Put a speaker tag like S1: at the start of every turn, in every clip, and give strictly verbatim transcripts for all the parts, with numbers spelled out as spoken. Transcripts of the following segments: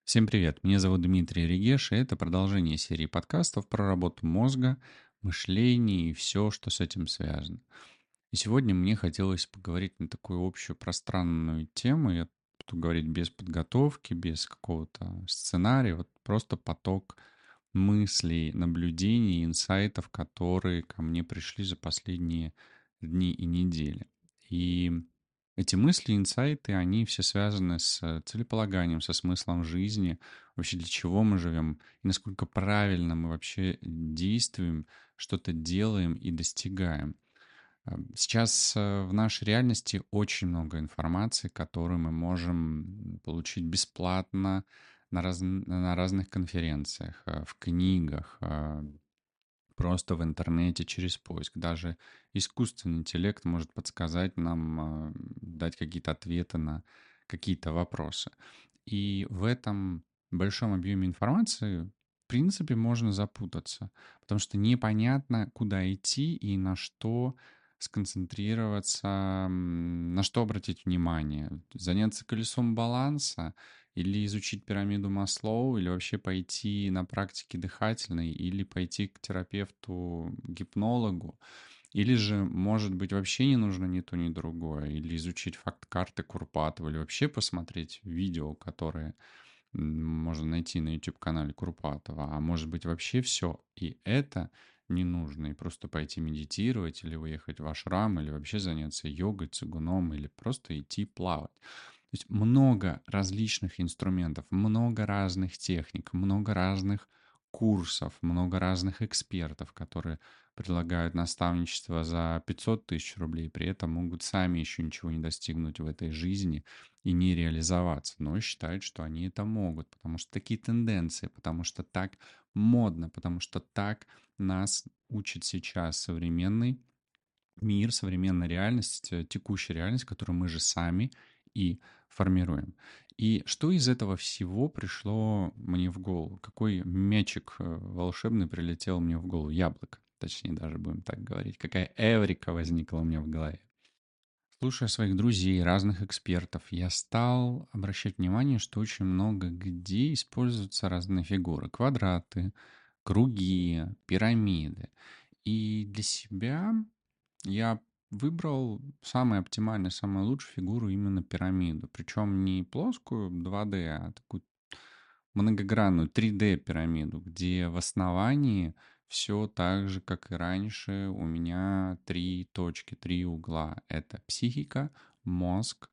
S1: Всем привет, меня зовут Дмитрий Регеш, и это продолжение серии подкастов про работу мозга, мышление и все, что с этим связано. И сегодня мне хотелось поговорить на такую общую пространную тему. Я буду говорить без подготовки, без какого-то сценария, вот просто поток мыслей, наблюдений, инсайтов, которые ко мне пришли за последние дни и недели. И эти мысли, инсайты, они все связаны с целеполаганием, со смыслом жизни, вообще для чего мы живем, и насколько правильно мы вообще действуем, что-то делаем и достигаем. А, Сейчас э, в нашей реальности очень много информации, которую мы можем получить бесплатно на, раз- на разных конференциях, э, в книгах, э, просто в интернете через поиск. Даже искусственный интеллект может подсказать нам, а, дать какие-то ответы на какие-то вопросы. И в этом большом объеме информации, в принципе, можно запутаться, потому что непонятно, куда идти и на что сконцентрироваться, м, на что обратить внимание. Заняться колесом баланса или изучить пирамиду Маслоу, или вообще пойти на практике дыхательной, или пойти к терапевту, гипнологу, или же, может быть, вообще не нужно ни то, ни другое, или изучить факт карты Курпатова, или вообще посмотреть видео, которые м, можно найти на YouTube-канале Курпатова, а может быть вообще все и это не нужно, и просто пойти медитировать, или уехать в ашрам, или вообще заняться йогой, цигуном, или просто идти плавать. То есть много различных инструментов, много разных техник, много разных курсов, много разных экспертов, которые предлагают наставничество за пятьсот тысяч рублей, при этом могут сами еще ничего не достигнуть в этой жизни и не реализоваться, но считают, что они это могут, потому что такие тенденции, потому что так модно, потому что так нас учит сейчас современный мир, современная реальность, э, текущая реальность, которую мы же сами и формируем. И что из этого всего пришло мне в голову? Какой мячик э, волшебный прилетел мне в голову? Яблоко, точнее даже будем так говорить. Какая эврика возникла у меня в голове. Слушая своих друзей, разных экспертов, я стал обращать внимание, что очень много где используются разные фигуры. Квадраты, круги, пирамиды. И для себя я выбрал самую оптимальную, самую лучшую фигуру именно пирамиду. Причем не плоскую два дэ, а такую многогранную три дэ пирамиду, где в основании все так же, как и раньше, у меня три точки, три угла. Это психика, мозг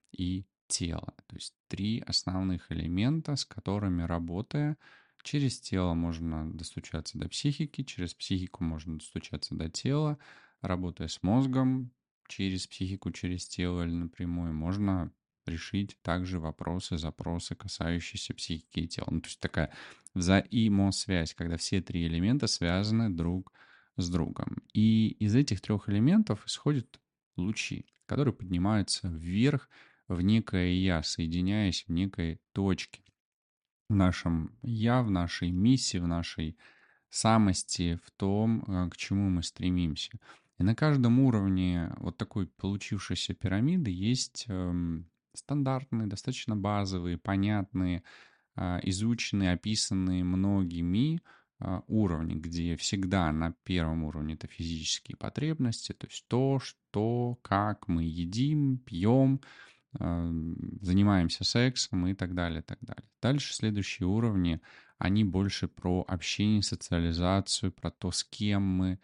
S1: и тело. То есть три основных элемента, с которыми, работая, через тело можно достучаться до психики, через психику можно достучаться до тела, работая с мозгом, через психику, через тело или напрямую, можно решить также вопросы, запросы, касающиеся психики и тела. Ну, то есть такая взаимосвязь, когда все три элемента связаны друг с другом. И из этих трех элементов исходят лучи, которые поднимаются вверх в некое «я», соединяясь в некой точке. В нашем «я», в нашей миссии, в нашей самости, в том, э, к чему мы стремимся. И на каждом уровне вот такой получившейся пирамиды есть эм, стандартные, достаточно базовые, понятные, а, изученные, описанные многими а, уровни, где всегда на первом уровне это физические потребности, то есть то, что, как мы едим, пьем, а, занимаемся сексом и так далее, так далее. Дальше следующие уровни, они больше про общение, социализацию, про то, с кем мы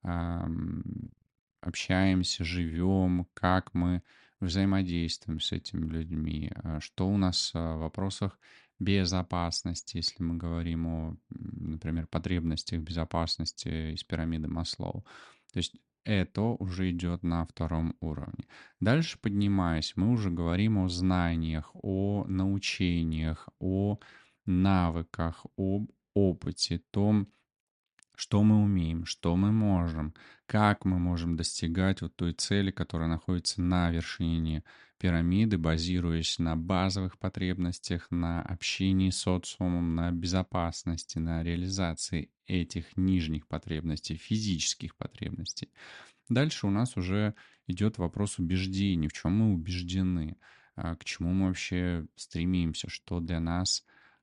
S1: ам, общаемся, живем, как мы взаимодействуем с этими людьми, а, что у нас а, в вопросах безопасности, если мы говорим о, м, например, потребностях безопасности из пирамиды Маслоу. То есть это уже идет на втором уровне. Дальше поднимаясь, мы уже говорим о знаниях, о научениях, о навыках, об опыте, том, что мы умеем, что мы можем, как мы можем достигать вот той цели, которая находится на вершине пирамиды, базируясь на базовых потребностях, на общении с социумом, на безопасности, на реализации этих нижних потребностей, физических потребностей. Дальше у нас уже идет вопрос убеждений, в чем мы убеждены, а, к чему мы вообще стремимся, что для нас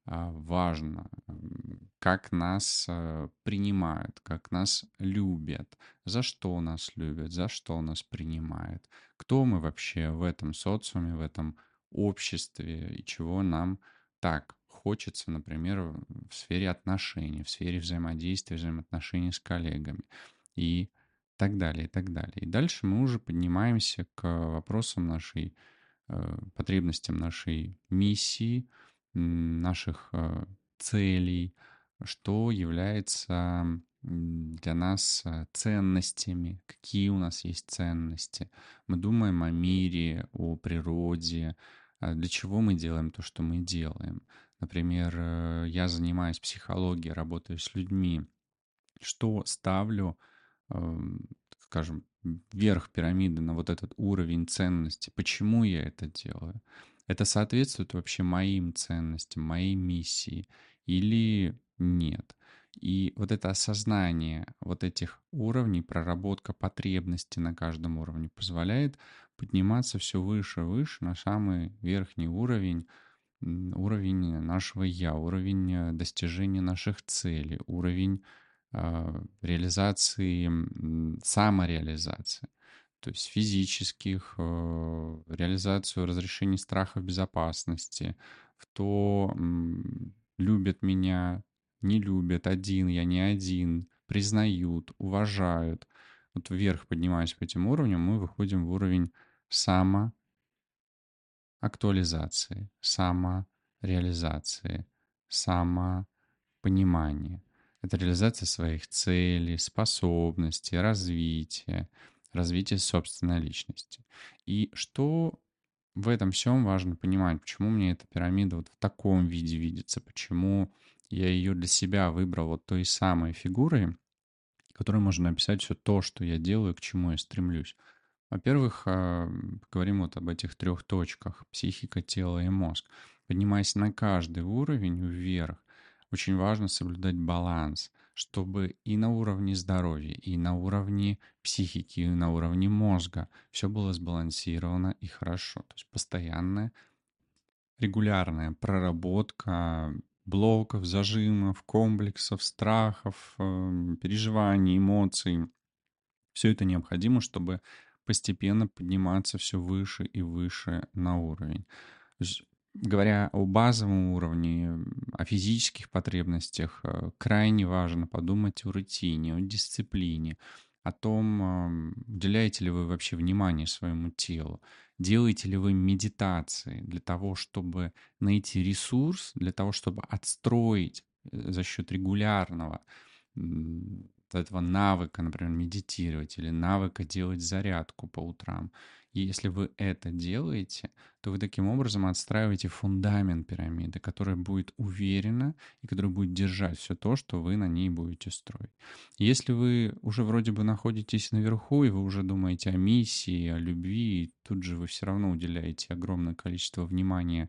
S1: а, важно, м, как нас э, принимают, как нас любят, за что нас любят, за что нас принимают, кто мы вообще в этом социуме, в этом обществе и чего нам так хочется, например, в в сфере отношений, в сфере взаимодействия, взаимоотношений с коллегами и так далее, и так далее. И дальше мы уже поднимаемся к вопросам нашей э, потребностям нашей миссии, м, наших э, целей, что является м, для нас э, ценностями, какие у нас есть ценности. Мы думаем о мире, о природе, а для чего мы делаем то, что мы делаем. Например, э, я занимаюсь психологией, работаю с людьми, что ставлю, эм, скажем, вверх пирамиды на вот этот уровень ценности. Почему я это делаю? Это соответствует вообще моим ценностям, моей миссии или нет? И вот это осознание вот этих уровней, проработка потребностей на каждом уровне позволяет подниматься все выше и выше на самый верхний уровень, м, уровень нашего «я», уровень э, достижения наших целей, уровень а, реализации, м, самореализации, то есть физических, э, реализацию разрешения страхов безопасности, в то, м, любят меня, не любят, один я, не один, признают, уважают. Вот вверх поднимаясь по этим уровням, мы выходим в уровень самоактуализации, самореализации, самопонимания. Это реализация своих целей, способностей, развития, развитие собственной личности. И что в этом всем важно понимать, почему мне эта пирамида вот в таком виде видится, почему я ее для себя выбрал вот той самой фигурой, которой можно описать все то, что я делаю, к чему я стремлюсь. Во-первых, а, поговорим вот об этих трех точках — психика, тело и мозг. Поднимаясь на каждый уровень вверх, очень важно соблюдать баланс, чтобы и на уровне здоровья, и на уровне психики, и на уровне мозга все было сбалансировано и хорошо. То есть постоянная, регулярная проработка блоков, зажимов, комплексов, страхов, эм, переживаний, эмоций. Все это необходимо, чтобы постепенно подниматься все выше и выше на уровень. То есть, говоря о базовом уровне, м, о физических потребностях, э, крайне важно подумать о рутине, о дисциплине, о том, ам, уделяете ли вы вообще внимание своему телу, делаете ли вы медитации для того, чтобы найти ресурс, для того, чтобы отстроить э, за счет регулярного м, вот этого навыка, например, медитировать или навыка делать зарядку по утрам. И если вы это делаете, то вы таким образом отстраиваете фундамент пирамиды, которая будет уверена и которая будет держать все то, что вы на ней будете строить. Если вы уже вроде бы находитесь наверху, и вы уже думаете о миссии, о любви, и тут же вы все равно уделяете огромное количество внимания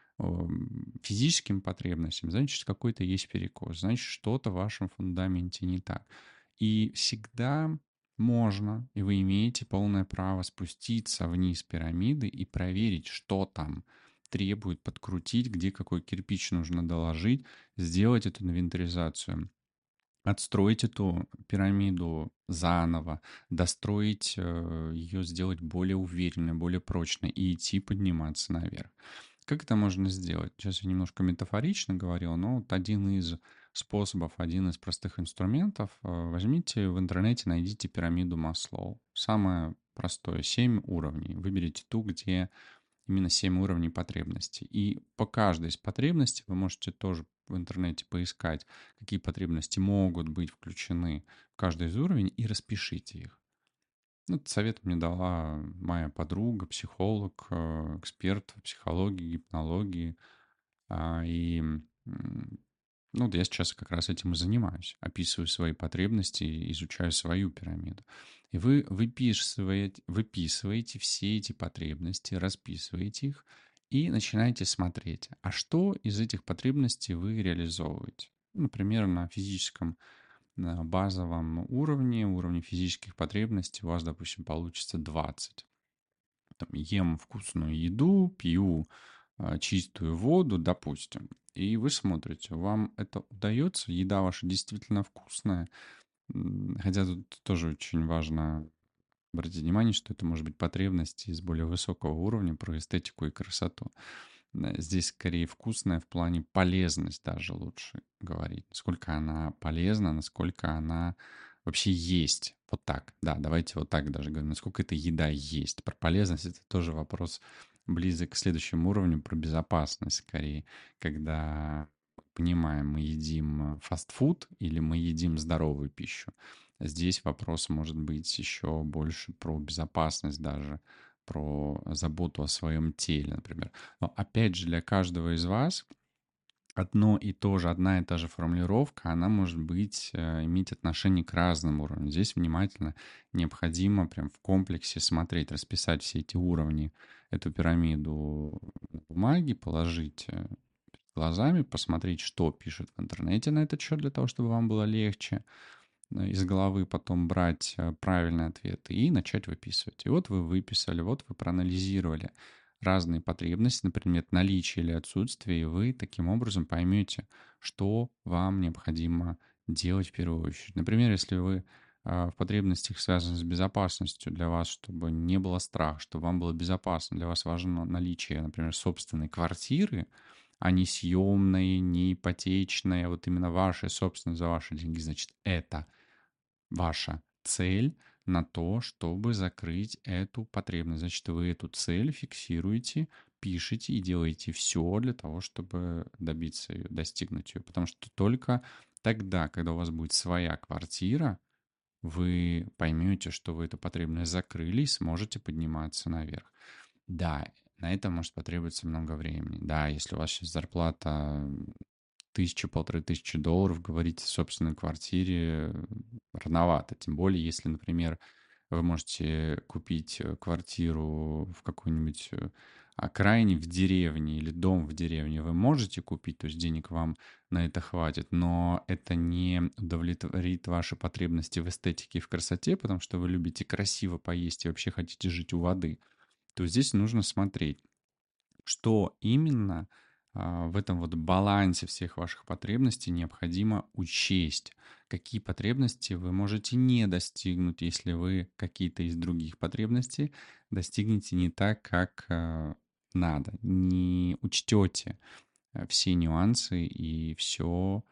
S1: ам, физическим потребностям, значит, какой-то есть перекос, значит, что-то в вашем фундаменте не так. И всегда можно, и вы имеете полное право спуститься вниз пирамиды и проверить, что там требует подкрутить, где какой кирпич нужно доложить, сделать эту инвентаризацию, отстроить эту пирамиду заново, достроить э, ее, сделать более уверенной, более прочной и идти подниматься наверх. Как это можно сделать? Сейчас я немножко метафорично говорил, но вот один из способов, один из простых инструментов. э, Возьмите в интернете, найдите пирамиду Маслоу. Самое простое, семь уровней. Выберите ту, где именно семь уровней потребностей. И по каждой из потребностей вы можете тоже в интернете поискать, какие потребности могут быть включены в каждый из уровней, и распишите их. Ну, этот совет мне дала моя подруга, психолог, э, эксперт в психологии, гипнологии. А, И м, ну, вот я сейчас как раз этим и занимаюсь. Описываю свои потребности, изучаю свою пирамиду. И вы выписываете, выписываете все эти потребности, расписываете их и начинаете смотреть, а что из этих потребностей вы реализовываете. Ну, например, на физическом на базовом уровне, уровне физических потребностей у вас, допустим, получится двадцать. Там, ем вкусную еду, пью а, чистую воду, допустим, и вы смотрите, вам это удается, еда ваша действительно вкусная. М, Хотя тут тоже очень важно обратить внимание, что это может быть потребность из более высокого уровня про эстетику и красоту. Э, Здесь скорее вкусная в плане полезность даже лучше говорить. Насколько она полезна, насколько она вообще есть. Вот так. Да, давайте вот так даже говорим. Насколько эта еда есть. Про полезность это тоже вопрос близок к следующему уровню, про безопасность скорее. Когда понимаем, мы едим фастфуд или мы едим здоровую пищу. Здесь вопрос может быть еще больше про безопасность даже, про заботу о своем теле, например. Но опять же, для каждого из вас одно и то же, одна и та же формулировка, она может быть, э, иметь отношение к разным уровням. Здесь внимательно необходимо прям в комплексе смотреть, расписать все эти уровни, эту пирамиду на бумаге, положить э, перед глазами, посмотреть, что пишут в интернете на этот счет, для того, чтобы вам было легче э, из головы потом брать э, правильные ответы и начать выписывать. И вот вы выписали, вот вы проанализировали разные потребности, например, наличие или отсутствие, и вы таким образом поймете, что вам необходимо делать в первую очередь. Например, если вы а, в потребностях связаны с безопасностью для вас, чтобы не было страха, чтобы вам было безопасно, для вас важно наличие, например, собственной квартиры, а не съемной, не ипотечной, а вот именно вашей собственной за ваши деньги, значит, это ваша цель на то, чтобы закрыть эту потребность. Значит, вы эту цель фиксируете, пишете и делаете все для того, чтобы добиться ее, достигнуть ее. Потому что только тогда, когда у вас будет своя квартира, вы поймете, что вы эту потребность закрыли и сможете подниматься наверх. Да, на это может потребоваться много времени. Да, если у вас сейчас зарплата тысяча, полторы тысячи долларов, говорить о собственной квартире э, рановато. Тем более, если, например, вы можете купить э, квартиру в какой-нибудь э, окраине в деревне или дом в деревне, вы можете купить, то есть денег вам на это хватит, но это не удовлетворит ваши потребности в эстетике и в красоте, потому что вы любите красиво поесть и вообще хотите жить у воды, то здесь нужно смотреть, что именно а, в этом вот балансе всех ваших потребностей необходимо учесть. Какие потребности вы можете не достигнуть, если вы какие-то из других потребностей достигнете не так, как а, надо. Не учтете а, все нюансы и все,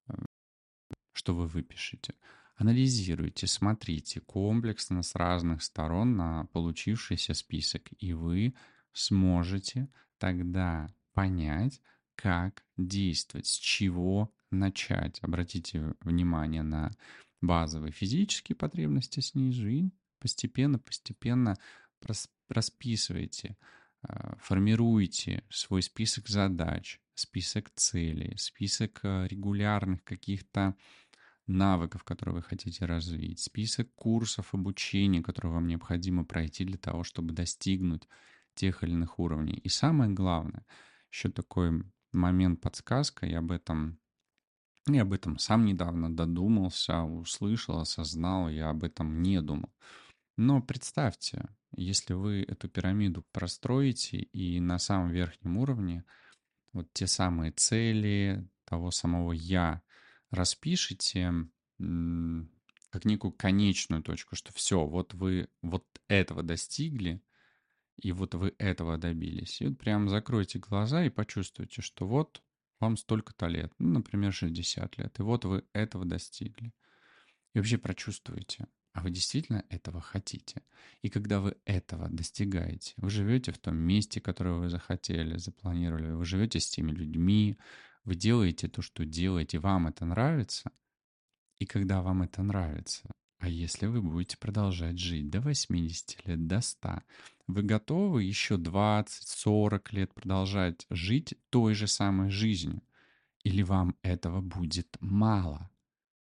S1: что вы выпишете. Анализируйте, смотрите комплексно с разных сторон на получившийся список, и вы сможете тогда понять, как действовать, с чего начать. Обратите внимание на базовые физические потребности снизу и постепенно-постепенно расписывайте, а, формируйте свой список задач, список целей, список а, регулярных каких-то навыков, которые вы хотите развить, список курсов обучения, которые вам необходимо пройти для того, чтобы достигнуть тех или иных уровней. И самое главное, еще такой момент подсказка, я об этом, я об этом сам недавно додумался, услышал, осознал, я об этом не думал. Но представьте, если вы эту пирамиду простроите и на самом верхнем уровне вот те самые цели того самого «я» распишите м, как некую конечную точку, что все, вот вы вот этого достигли, и вот вы этого добились. И вот прям закройте глаза и почувствуйте, что вот вам столько-то лет, ну, например, шестьдесят лет, и вот вы этого достигли. И вообще прочувствуйте, а вы действительно этого хотите? И когда вы этого достигаете, вы живете в том месте, которое вы захотели, запланировали, вы живете с теми людьми, вы делаете то, что делаете, вам это нравится, и когда вам это нравится, а если вы будете продолжать жить до восьмидесяти лет, до ста, вы готовы еще двадцать-сорок лет продолжать жить той же самой жизнью? Или вам этого будет мало?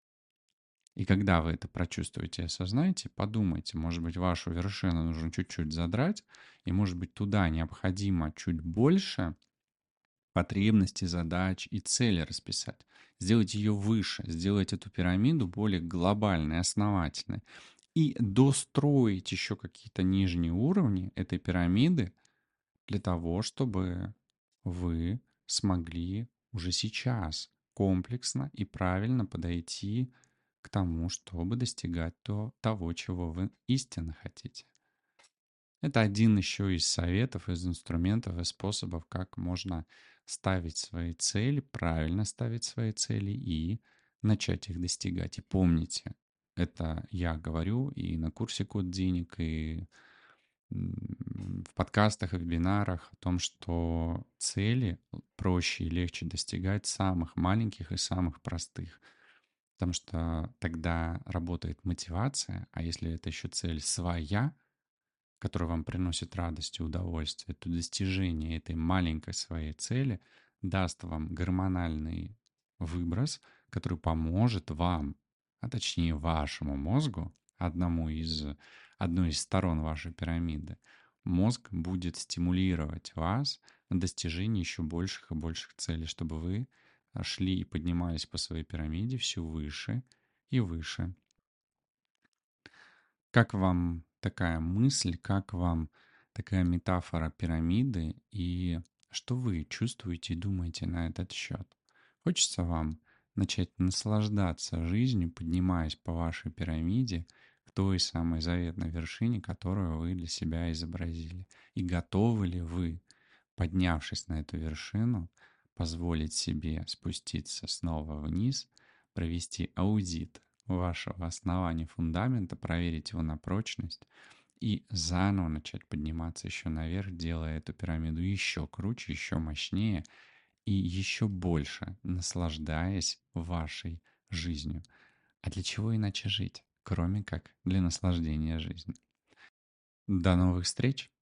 S1: И когда вы это прочувствуете и осознаете, подумайте, может быть, вашу вершину нужно чуть-чуть задрать, и, может быть, туда необходимо чуть больше потребностей, задач и цели расписать. Сделать ее выше, сделать эту пирамиду более глобальной, основательной. И достроить еще какие-то нижние уровни этой пирамиды для того, чтобы вы смогли уже сейчас комплексно и правильно подойти к тому, чтобы достигать то, того, чего вы истинно хотите. Это один еще из советов, из инструментов и способов, как можно ставить свои цели, правильно ставить свои цели и начать их достигать. И помните, это я говорю и на курсе «Код денег», и в подкастах и вебинарах о том, что цели проще и легче достигать самых маленьких и самых простых. Потому что тогда работает мотивация, а если это еще цель своя, которая вам приносит радость и удовольствие, то достижение этой маленькой своей цели даст вам гормональный выброс, который поможет вам, а точнее вашему мозгу, одному из, одной из сторон вашей пирамиды, мозг будет стимулировать вас на достижение еще больших и больших целей, чтобы вы шли и поднимались по своей пирамиде все выше и выше. Как вам такая мысль, как вам такая метафора пирамиды и что вы чувствуете и думаете на этот счет? Хочется вам начать наслаждаться жизнью, поднимаясь по вашей пирамиде к той самой заветной вершине, которую вы для себя изобразили. И готовы ли вы, поднявшись на эту вершину, позволить себе спуститься снова вниз, провести аудит вашего основания фундамента, проверить его на прочность и заново начать подниматься еще наверх, делая эту пирамиду еще круче, еще мощнее и еще больше наслаждаясь вашей жизнью. А для чего иначе жить, кроме как для наслаждения жизнью? До новых встреч!